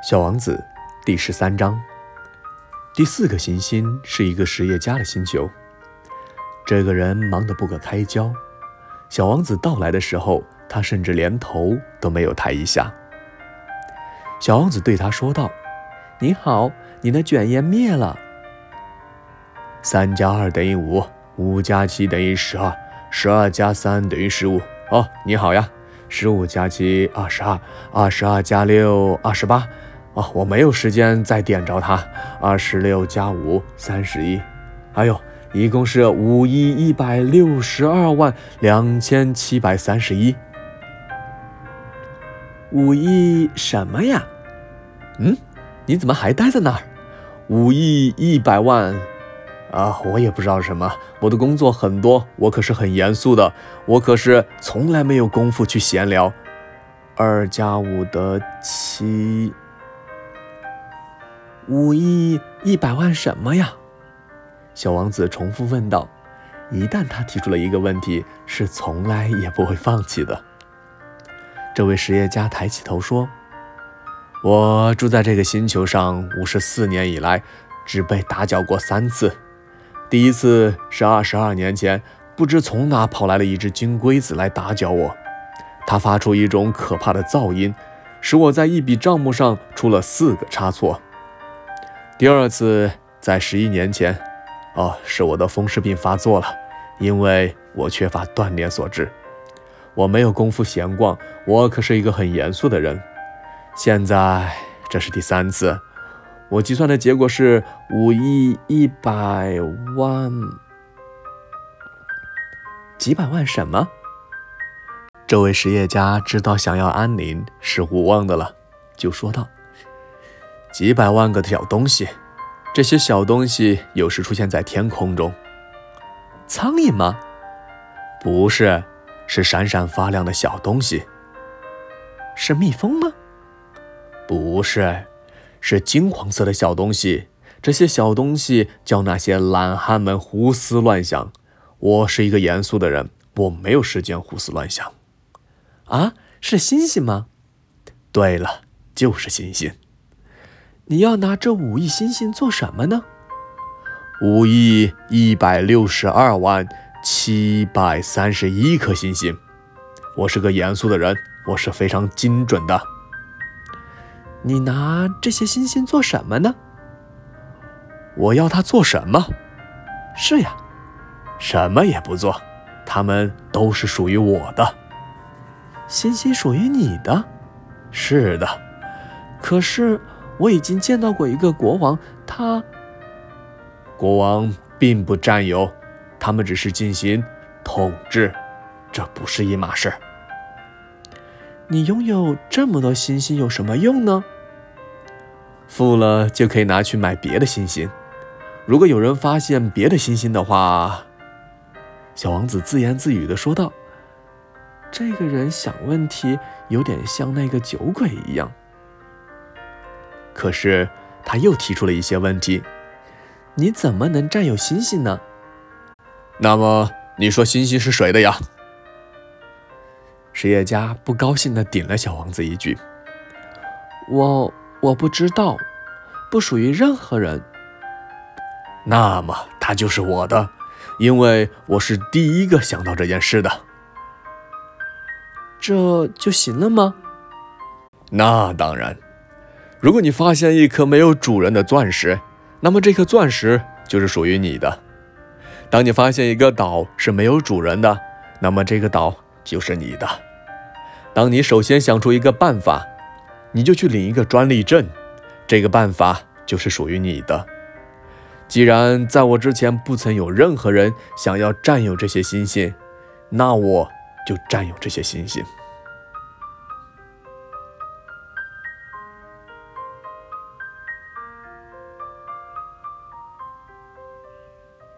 小王子第13章。第4个行星是一个实业家的星球，这个人忙得不可开交。小王子到来的时候，他甚至连头都没有抬一下。小王子对他说道：“你好，你的卷烟灭了。3加2等于5， 5加7等于12， 12加3等于15。哦，你好呀。15加7 22， 22加6 28。哦，我没有时间再点着它。26加5 31。哎呦，一共是511622731。5亿什么呀？你怎么还待在那儿？5亿100万啊！我也不知道什么。我的工作很多，我可是很严肃的，我可是从来没有功夫去闲聊。2加5得7。5亿100万什么呀？小王子重复问道。一旦他提出了一个问题，是从来也不会放弃的。这位实业家抬起头说：“我住在这个星球上54年以来，只被打搅过3次。第一次是22年前，不知从哪跑来了一只金龟子来打搅我，它发出一种可怕的噪音，使我在一笔账目上出了4个差错。第二次在11年前，是我的风湿病发作了，因为我缺乏锻炼所致。我没有功夫闲逛，我可是一个很严肃的人。现在这是第3次，我计算的结果是5亿100万。几百万什么？这位实业家知道想要安宁是无望的了，就说道：几百万个小东西，这些小东西有时出现在天空中。苍蝇吗？不是，是闪闪发亮的小东西。是蜜蜂吗？不是，是金黄色的小东西。这些小东西叫那些懒汉们胡思乱想。我是一个严肃的人，我没有时间胡思乱想。啊，是星星吗？对了，就是星星。你要拿这5亿星星做什么呢？5亿162万731颗星星。我是个严肃的人，我是非常精准的。你拿这些星星做什么呢？我要它做什么？是呀，什么也不做，它们都是属于我的。星星属于你的？是的。可是我已经见到过一个国王，国王并不占有，他们只是进行统治，这不是一码事。你拥有这么多星星有什么用呢？富了就可以拿去买别的星星。如果有人发现别的星星的话，小王子自言自语地说道。这个人想问题有点像那个酒鬼一样。可是他又提出了一些问题。你怎么能占有星星呢？那么你说星星是谁的呀？实业家不高兴地顶了小王子一句。我不知道，不属于任何人。那么它就是我的，因为我是第一个想到这件事的。这就行了吗？那当然。如果你发现一颗没有主人的钻石，那么这颗钻石就是属于你的。当你发现一个岛是没有主人的，那么这个岛就是你的。当你首先想出一个办法，你就去领一个专利证，这个办法就是属于你的。既然在我之前不曾有任何人想要占有这些星星，那我就占有这些星星。